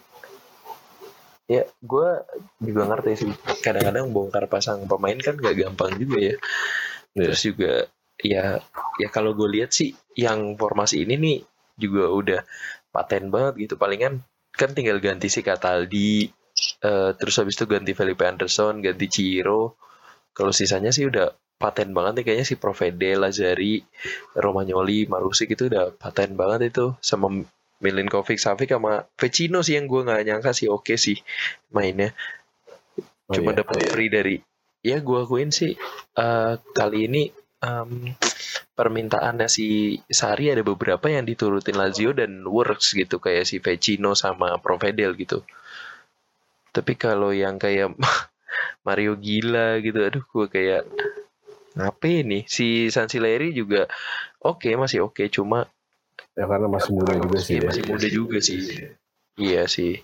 ya gue juga ngerti sih, kadang-kadang bongkar pasang pemain kan gak gampang juga ya. Terus juga ya kalau gue lihat sih yang formasi ini nih juga udah paten banget gitu. Palingan kan tinggal ganti si Cataldi, terus habis itu ganti Felipe Anderson, ganti Ciro. Kalau sisanya sih udah paten banget nih kayaknya, si Provedel, Lazzari, Romagnoli, Marusic itu udah paten banget itu. Sama Milinkovic Savic sama Vecino sih yang gue nggak nyangka sih oke sih mainnya. Cuma dapat free dari, ya gue akuin sih kali ini permintaannya si Sarri ada beberapa yang diturutin Lazio dan works gitu, kayak si Vecino sama Provedel gitu. Tapi kalau yang kayak Mario gila gitu, aduh gue kayak ngapain nih. Si Sansileri juga masih oke, cuma ya karena masih muda juga sih. Masih muda juga sih. Iya sih.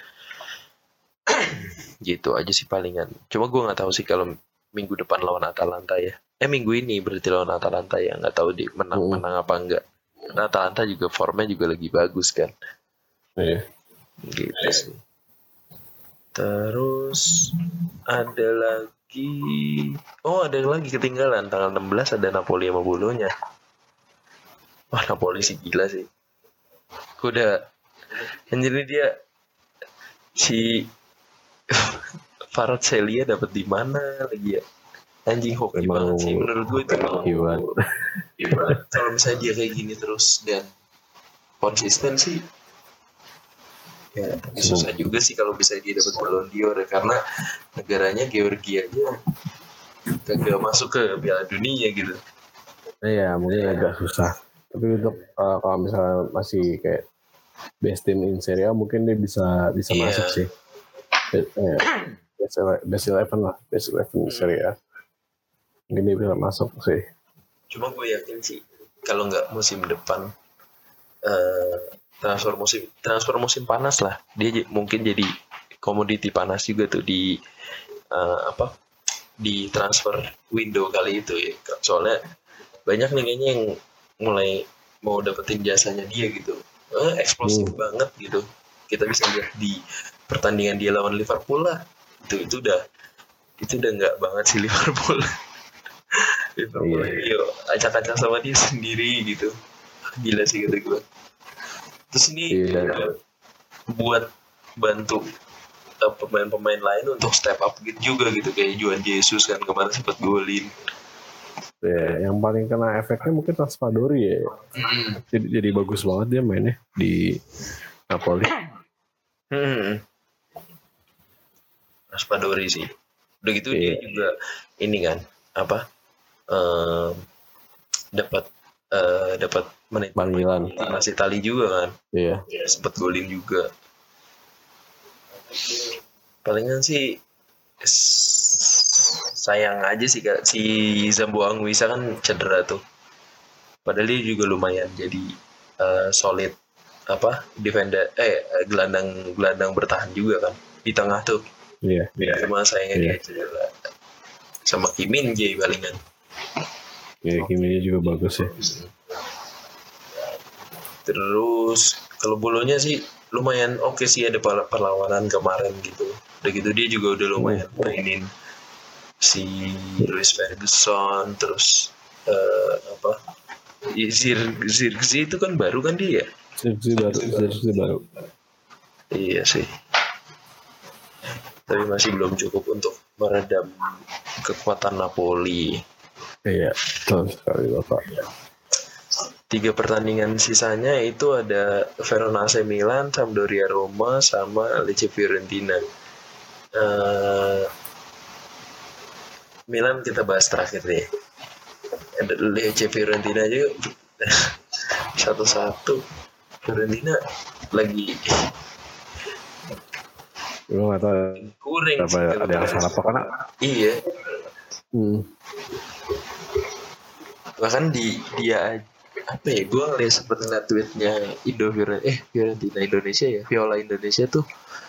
Gitu aja sih palingan. Cuma gue nggak tahu sih kalau minggu depan lawan Atalanta ya. Minggu ini berarti lawan Atalanta ya, nggak tahu di menang apa enggak. Karena Atalanta juga formnya juga lagi bagus kan. Iya. Gitu sih. Terus ada lagi ketinggalan tanggal 16 ada Napoli sama Bolonya. Wah, Napoli sih gila sih. Udah anjir nih dia si Farad Celia dapat di mana lagi ya? Anjing hoki banget sih menurut gue itu. Iya. Kalau misalnya dia kayak gini terus dan konsisten sih, ya susah juga sih kalau bisa dia dapat Ballon d'Or ya, karena negaranya Georgia aja kagak masuk ke Piala Dunia gitu. Iya, mungkin agak susah. Tapi untuk kalau misalnya masih kayak best team in Serie A mungkin dia bisa masuk sih. Best 11 lah, best 11 Serie A. Mungkin dia bisa masuk sih. Cuma gue yakin sih kalau nggak musim depan transfer musim panas lah, dia mungkin jadi komoditi panas juga tuh di di transfer window kali itu ya. Soalnya banyak nih kayaknya yang mulai mau dapetin jasanya dia gitu. Eksplosif banget gitu. Kita bisa lihat di pertandingan dia lawan Liverpool lah. Itu udah nggak banget sih Liverpool. Yo acak-acak sama dia sendiri gitu. Gila sih kata gue. Terus ini buat bantu pemain-pemain lain untuk step up gitu juga gitu, kayak Juan Jesus kan kemarin sempat golin. Ya, yang paling kena efeknya mungkin Raspadori ya. Jadi bagus banget dia mainnya di Napoli. Raspadori sih. Udah gitu dia juga ini kan apa dapat menit panggilan timnas Italia juga kan. Iya. Sempat golin juga. Palingan sih sayang aja sih Kak, si Zambo Anguissa kan cedera tuh. Padahal dia juga lumayan jadi solid defender gelandang bertahan juga kan di tengah tuh. Iya. Cuma sayangnya dia cedera. Sama Kim Min-jae palingan. Ya, Kim Min-jae juga bagus ya. Terus kalau bolonya sih lumayan oke sih, ada perlawanan kemarin gitu. Udah gitu dia juga udah lumayan mainin si Luis Ferguson, terus Zirkzee itu kan baru kan dia. Zirkzee baru. Iya sih. Tapi masih belum cukup untuk meredam kekuatan Napoli. Iya, betul sekali Bapak. 3 pertandingan sisanya itu ada Verona AC Milan, Sampdoria Roma, sama Lecce Fiorentina. Milan kita bahas terakhir deh. Lecce Fiorentina aja 1-1. Fiorentina lagi Gue gak tau kuring sih, ada yang salah apa karena iya. Bahkan dia apa ya, gue ngeliat tweetnya Fiorentina Indonesia ya, Viola Indonesia tuh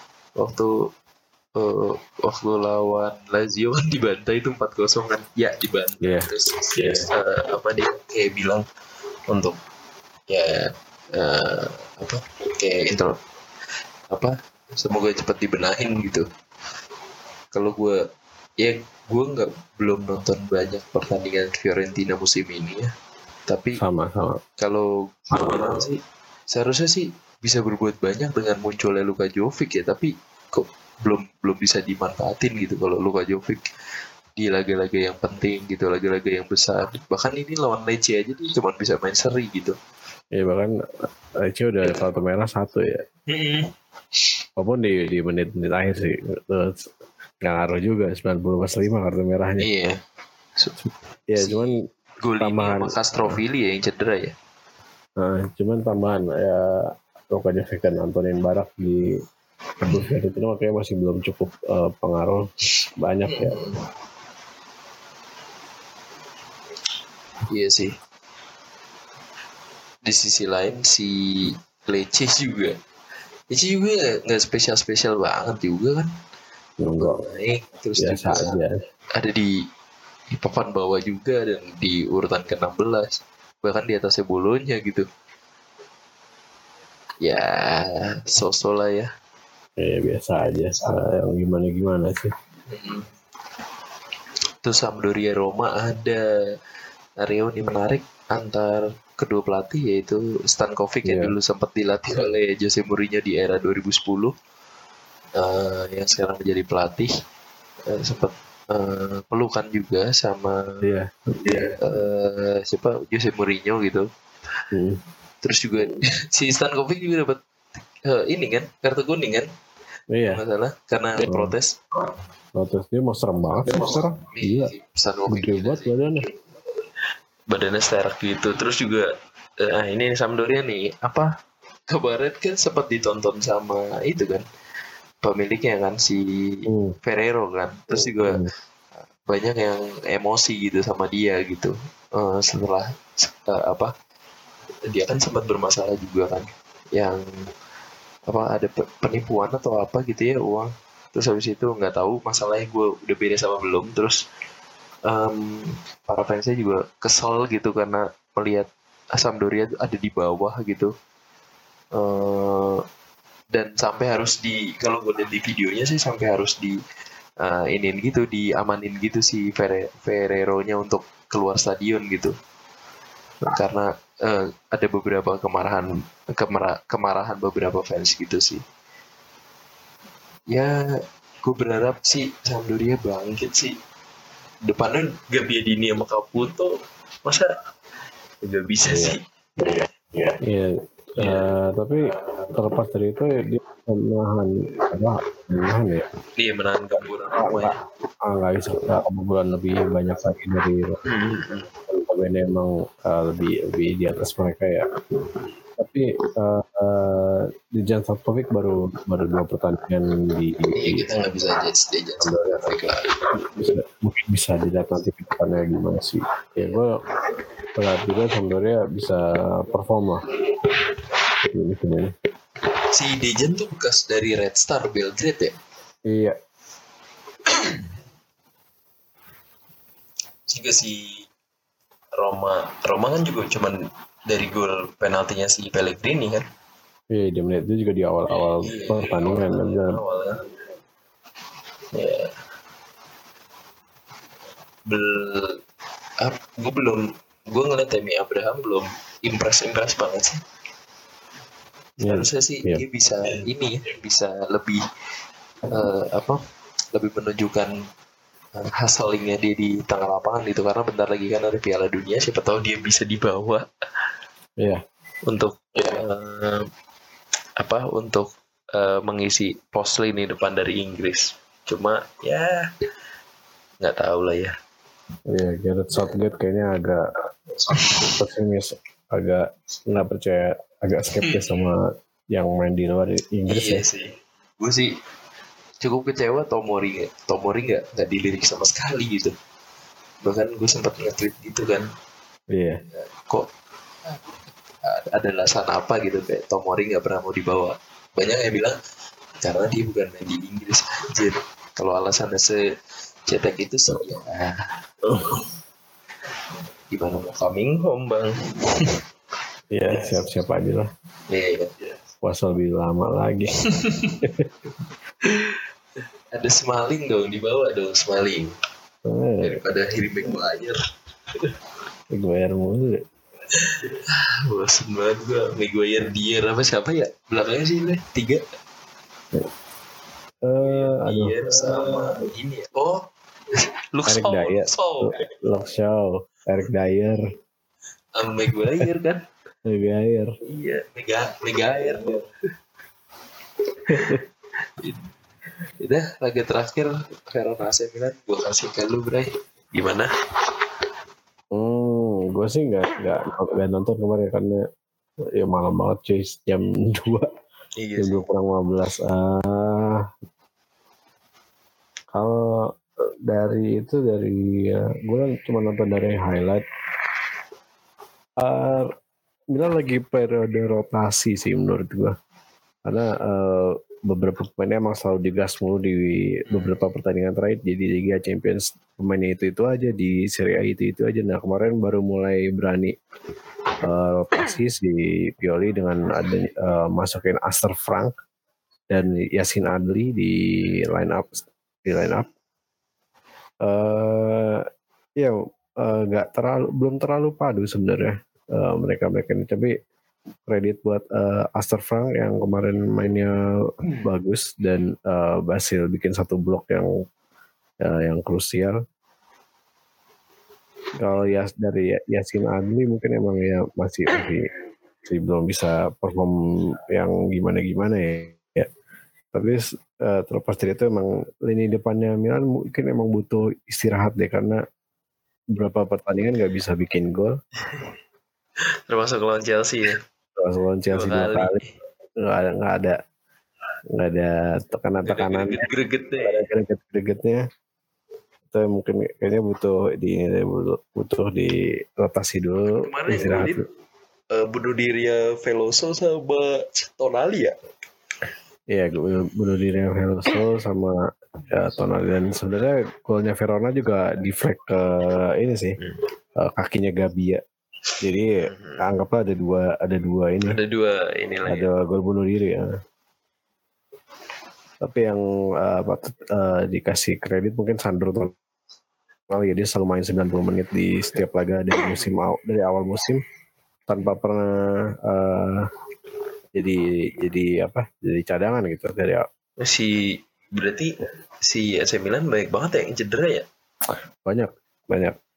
waktu lawan Lazio kan dibantai itu 4-0 kan ya, dibantai. Terus dia kayak bilang untuk semoga cepat dibenahin gitu. Kalau gue belum nonton banyak pertandingan Fiorentina musim ini ya, tapi sama kalau bilang sih seharusnya sih bisa berbuat banyak dengan munculnya Luka Jovic ya, tapi kok belum bisa dimanfaatin gitu kalau Luka Jovic di laga-laga yang penting gitu, laga-laga yang besar. Bahkan ini lawan Lecce aja dia cuma bisa main seri gitu. Ya bahkan Lecce udah kartu merah 1 ya. Walaupun di menit-menit akhir sih nggak ngaruh juga, 90+5 kartu merahnya. Iya. Ya cuman tambahan Castrovili ya yang cedera ya. Cuman tambahan ya Luka Jovic dan Antonin Barak di kedua itu makanya masih belum cukup pengaruh banyak ya. Iya sih. Di sisi lain si Lecce juga nggak spesial banget juga kan. Enggak. Naik terus biasa juga aja. Ada di papan bawah juga dan di urutan ke-16, bahkan di atasnya Bolonya gitu. Ya so-so lah ya. Biasa aja, yang gimana sih. Terus Sampdoria Roma ada reuni menarik antar kedua pelatih, yaitu Stankovic yang dulu sempat dilatih oleh Jose Mourinho di era 2010, yang sekarang menjadi pelatih, sempat pelukan juga sama Jose Mourinho gitu. Terus juga si Stankovic juga dapat ini kan kartu kuning kan. Masalah karena protes dia mau serem banget sekarang. Iya. Gede banget badannya sterk gitu. Terus juga ini Sampdoria nih kemarin kan sempat ditonton sama itu kan pemiliknya kan si Ferrero kan. Terus juga banyak yang emosi gitu sama dia gitu. Setelah dia kan sempat bermasalah juga kan, yang ada penipuan atau apa gitu ya, uang. Terus habis itu nggak tahu masalahnya gue udah beda sama belum. Terus para fansnya juga kesel gitu karena melihat Sampdoria ada di bawah gitu, dan sampai harus kalau gue lihat di videonya sih sampai harus diamanin gitu si Ferrero-nya untuk keluar stadion gitu, karena ada beberapa kemarahan beberapa fans gitu sih. Ya gue berharap sih Sampdoria bangkit sih. Depannya Gabbiadini sama Caputo masa nggak bisa sih. Iya, Tapi terlepas dari itu dia menahan ya. Dia menahan gemburan Roma ya. Nggak bisa kebobolan lebih banyak lagi dari Notabene emang lebih di atas mereka ya. Tapi Dejan Stankovic baru 2 pertandingan di kita nggak bisa judge Dejan Stankovic lah. Mungkin bisa dilihat nanti ke depannya gimana sih. Ya gue perhatikan Sampdoria bisa perform lah. Si Dejan tuh bekas dari Red Star Belgrade ya? Iya. Juga si Roma kan juga cuman dari gol penaltinya si Pellegrini kan? Iya, dia menit itu juga di awal-awal pertandingan kan. Awalnya. Ya. Gue ngeliat Tammy Abraham belum impress banget sih. Harusnya sih dia bisa bisa lebih lebih menunjukkan hustlingnya dia di tengah lapangan gitu, karena bentar lagi kan ada Piala Dunia, siapa tahu dia bisa dibawa untuk untuk mengisi pos lini depan dari Inggris. Cuma ya nggak tahu lah ya. Iya, Gareth Southgate kayaknya agak pesimis, agak nggak percaya, agak skeptis sama yang main di luar Inggris. Iya sih. Gue sih cukup kecewa Tomori nggak dilirik sama sekali gitu. Bahkan gue sempat nge-tweet gitu kan. Iya. Kok ada alasan apa gitu kayak Tomori nggak pernah mau dibawa. Banyak yang bilang karena dia bukan main di Inggris. Anjir. Kalau alasannya secetek itu sih ya. Gimana mau coming home bang? Iya, siap-siap aja lah. Iya. Puasa lebih lama lagi. Ada Smalling dong, dibawa dong Smalling. Daripada Harry Maguire. Maguire mulu. Bosan banget gue. Maguire, Dier apa siapa ya? Belakangnya sih ini 3. Dier sama ini ya. Oh, Eric Luxshaw, Eric Dyer. Maguire kan? Maguire. Iya, Maguire. Udah, laga terakhir Verona AC Milan, gue kasih ke lu, Bray. Gimana? Gue sih nggak nonton kemarin karena ya malam banget cuy, jam 2. Iya jam 2 kurang 15. Kalau dari gue cuma nonton dari highlight. Milan lagi periode rotasi sih menurut gue, karena beberapa pemainnya emang selalu digas mulu di beberapa pertandingan terakhir. Jadi Liga Champions pemainnya itu aja, di Serie A itu aja. Nah kemarin baru mulai berani rotasi si Pioli dengan masukin Astor Frank dan Yassin Adli di line up. Belum terlalu padu sebenarnya mereka ini, tapi kredit buat Astor Frank yang kemarin mainnya bagus dan berhasil bikin satu blok yang krusial. Kalau dari Yassin Adli mungkin emang ya masih belum bisa perform yang gimana ya. Tapi terlepas dari itu emang lini depannya Milan mungkin emang butuh istirahat deh, karena beberapa pertandingan nggak bisa bikin gol. Termasuk lawan Chelsea ya. Termasuk lawan Chelsea 2 kali. Nggak ada tekanan-tekanan. Gregetnya. Itu mungkin kayaknya butuh dirotasi dulu. Kemarin bunuh diri Veloso sama Tonali ya. Iya, bunuh diri Veloso sama Tonali, dan sebenarnya golnya Verona juga deflect ke ini sih, kakinya Gabbia. Jadi anggaplah ada dua ini. Ada gol bunuh diri ya. Tapi yang dikasih kredit mungkin Sandro Tonali, dia selalu main 90 menit di setiap laga dari awal musim tanpa pernah jadi cadangan gitu dari awal. Berarti si AC Milan banyak banget ya yang cedera ya? Banyak.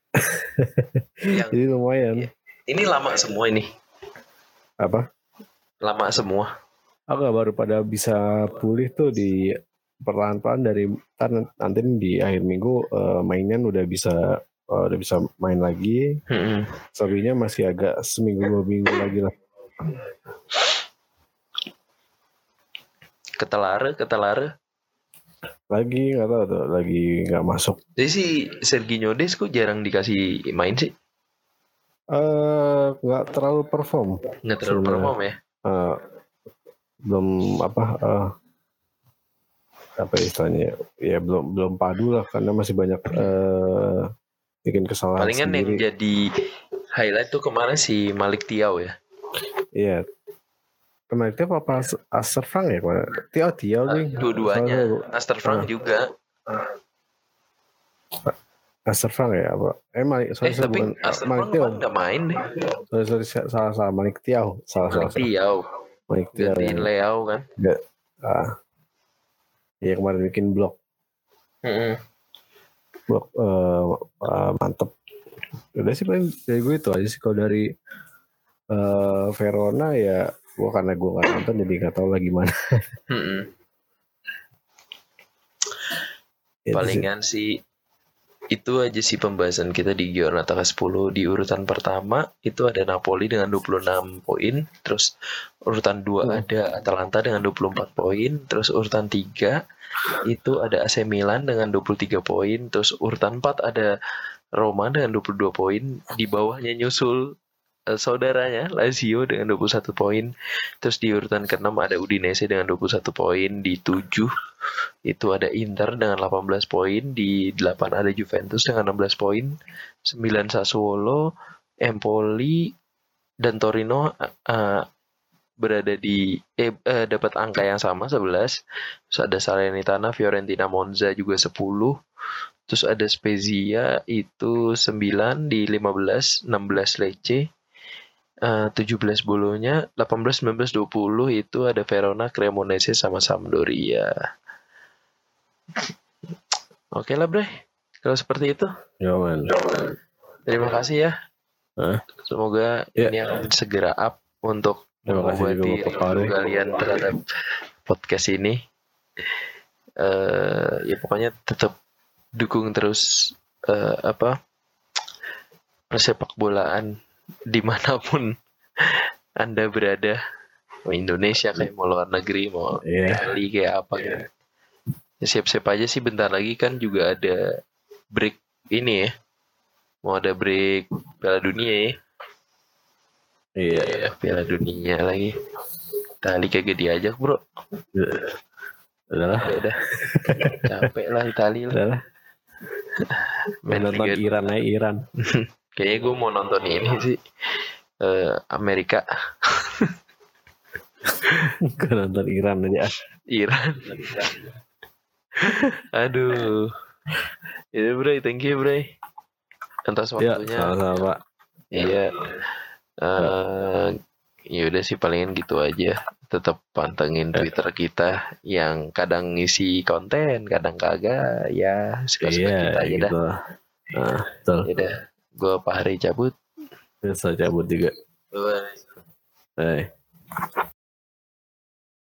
Jadi lumayan. Ini lama semua ini. Apa? lama semua. Agak baru pada bisa pulih tuh di perlahan-lahan dari nanti di akhir minggu mainan udah bisa main lagi. Selebihnya masih agak seminggu 2 minggu lagi lah. Ketelare lagi nggak tahu tuh, lagi nggak masuk. Jadi si Serginho Dest kok jarang dikasih main sih? Nggak terlalu perform. Nggak terlalu perform ya? Belum apa istilahnya ya, belum padu lah karena masih banyak bikin kesalahan palingan sendiri. Yang jadi highlight tuh kemarin si Malik Thiaw ya. Iya. Malik Thiaw apa Aster Frank ya? Thiaw nih. Dua-duanya. Aster Frank juga. Aster Frank ya apa? Tapi Aster Frank nggak main deh. Salah Malik Thiaw. Malik Thiaw gantiin Leao kan? Iya kemarin bikin blok. Blok mantep. Udah sih paling dari gue itu aja sih. Kalau dari Verona ya, karena gue nggak nonton jadi nggak tahu lah gimana. Palingan sih itu aja sih pembahasan kita di Giornata ke-10. Di urutan pertama itu ada Napoli dengan 26 poin, terus urutan 2 ada Atalanta dengan 24 poin, terus urutan 3 itu ada AC Milan dengan 23 poin, terus urutan 4 ada Roma dengan 22 poin, di bawahnya nyusul saudaranya Lazio dengan 21 poin. Terus di urutan ke-6 ada Udinese dengan 21 poin. Di 7 itu ada Inter dengan 18 poin. Di 8 ada Juventus dengan 16 poin. 9 Sassuolo, Empoli dan Torino berada di dapat angka yang sama 11. Terus ada Salernitana, Fiorentina, Monza juga 10. Terus ada Spezia itu 9 di 15, 16 Lecce, 17 Bologna, 18, 19, 20 itu ada Verona, Cremonese sama Sampdoria. Oke lah Bre, kalau seperti itu. Ya man. Terima kasih ya. Semoga ini akan segera up untuk mengobati kalian terhadap podcast ini. Ya pokoknya tetap dukung terus persepak bolaan dimanapun Anda berada, mau Indonesia kayak mau luar negeri, mau Bali kayak apa gitu. Ya, siap-siap aja sih, bentar lagi kan juga ada break ini ya, mau ada break Piala Dunia ya. Iya, Piala Dunia lagi. Itali kagak diajak bro. Udah. Capek lah Itali lah. Nonton Iran. Kayaknya gue mau nonton ini sih, Amerika. Gue nonton Iran aja. Iran. Aduh. Ya Bray, thank you Bray atas waktunya. Ya, sama-sama. Iya. Ya udah sih palingan gitu aja. Tetap pantengin Twitter kita yang kadang ngisi konten, kadang kagak. Ya suka-suka kita aja gitu. Dah. Betul. Ya udah. Gue Pak Hari cabut. Saya cabut juga. Bye.